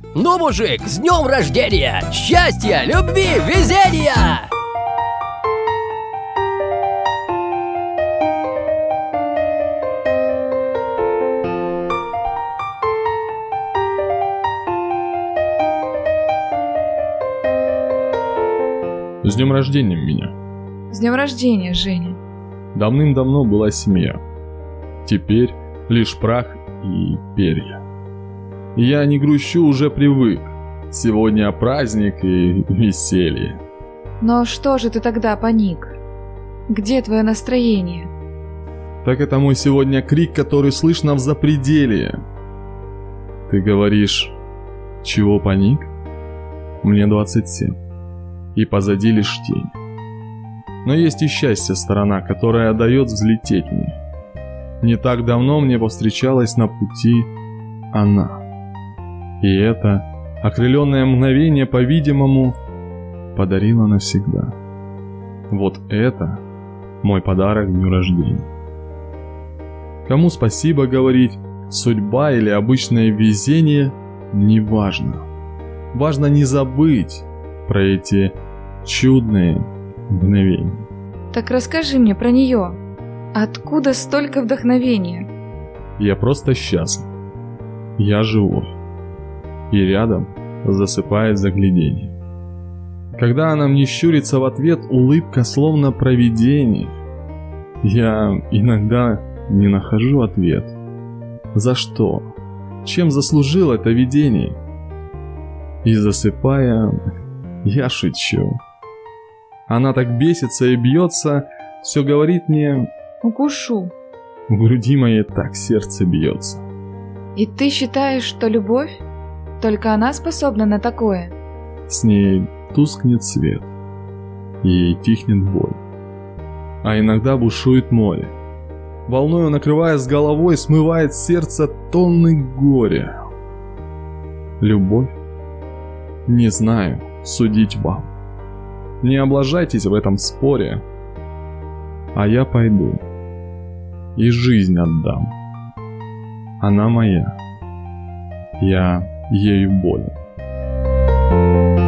Ну, мужик, с днем рождения! Счастья, любви, везения! С днем рождения меня. С днем рождения, Женя. Давным-давно была семья. Теперь лишь прах и перья. Я не грущу, уже привык. Сегодня праздник и веселье. Но что же ты тогда паник? Где твое настроение? Так это мой сегодня крик, который слышно в запределье. Ты говоришь, чего паник? Мне 27. И позади лишь тень. Но есть и счастье сторона, которая дает взлететь мне. Не так давно мне повстречалась на пути она. И это окрыленное мгновение, по-видимому, подарило навсегда. Вот это мой подарок к дню рождения. Кому спасибо говорить, судьба или обычное везение, не важно. Важно не забыть про эти чудные мгновения. Так расскажи мне про нее. Откуда столько вдохновения? Я просто счастлив. Я живой. И рядом засыпает загляденье. Когда она мне щурится в ответ, улыбка словно провидение. Я иногда не нахожу ответ. За что? Чем заслужил это видение? И засыпая, я шучу. Она так бесится и бьется, все говорит мне: Укушу. в груди моей так сердце бьется. И ты считаешь, что любовь? Только она способна на такое? С ней тускнет свет, ей тихнет боль. А иногда бушует море. Волною накрывая с головой, смывает с сердца тонны горя. Любовь? Не знаю, судить вам. Не облажайтесь в этом споре, а я пойду и жизнь отдам. Она моя, я ею болен.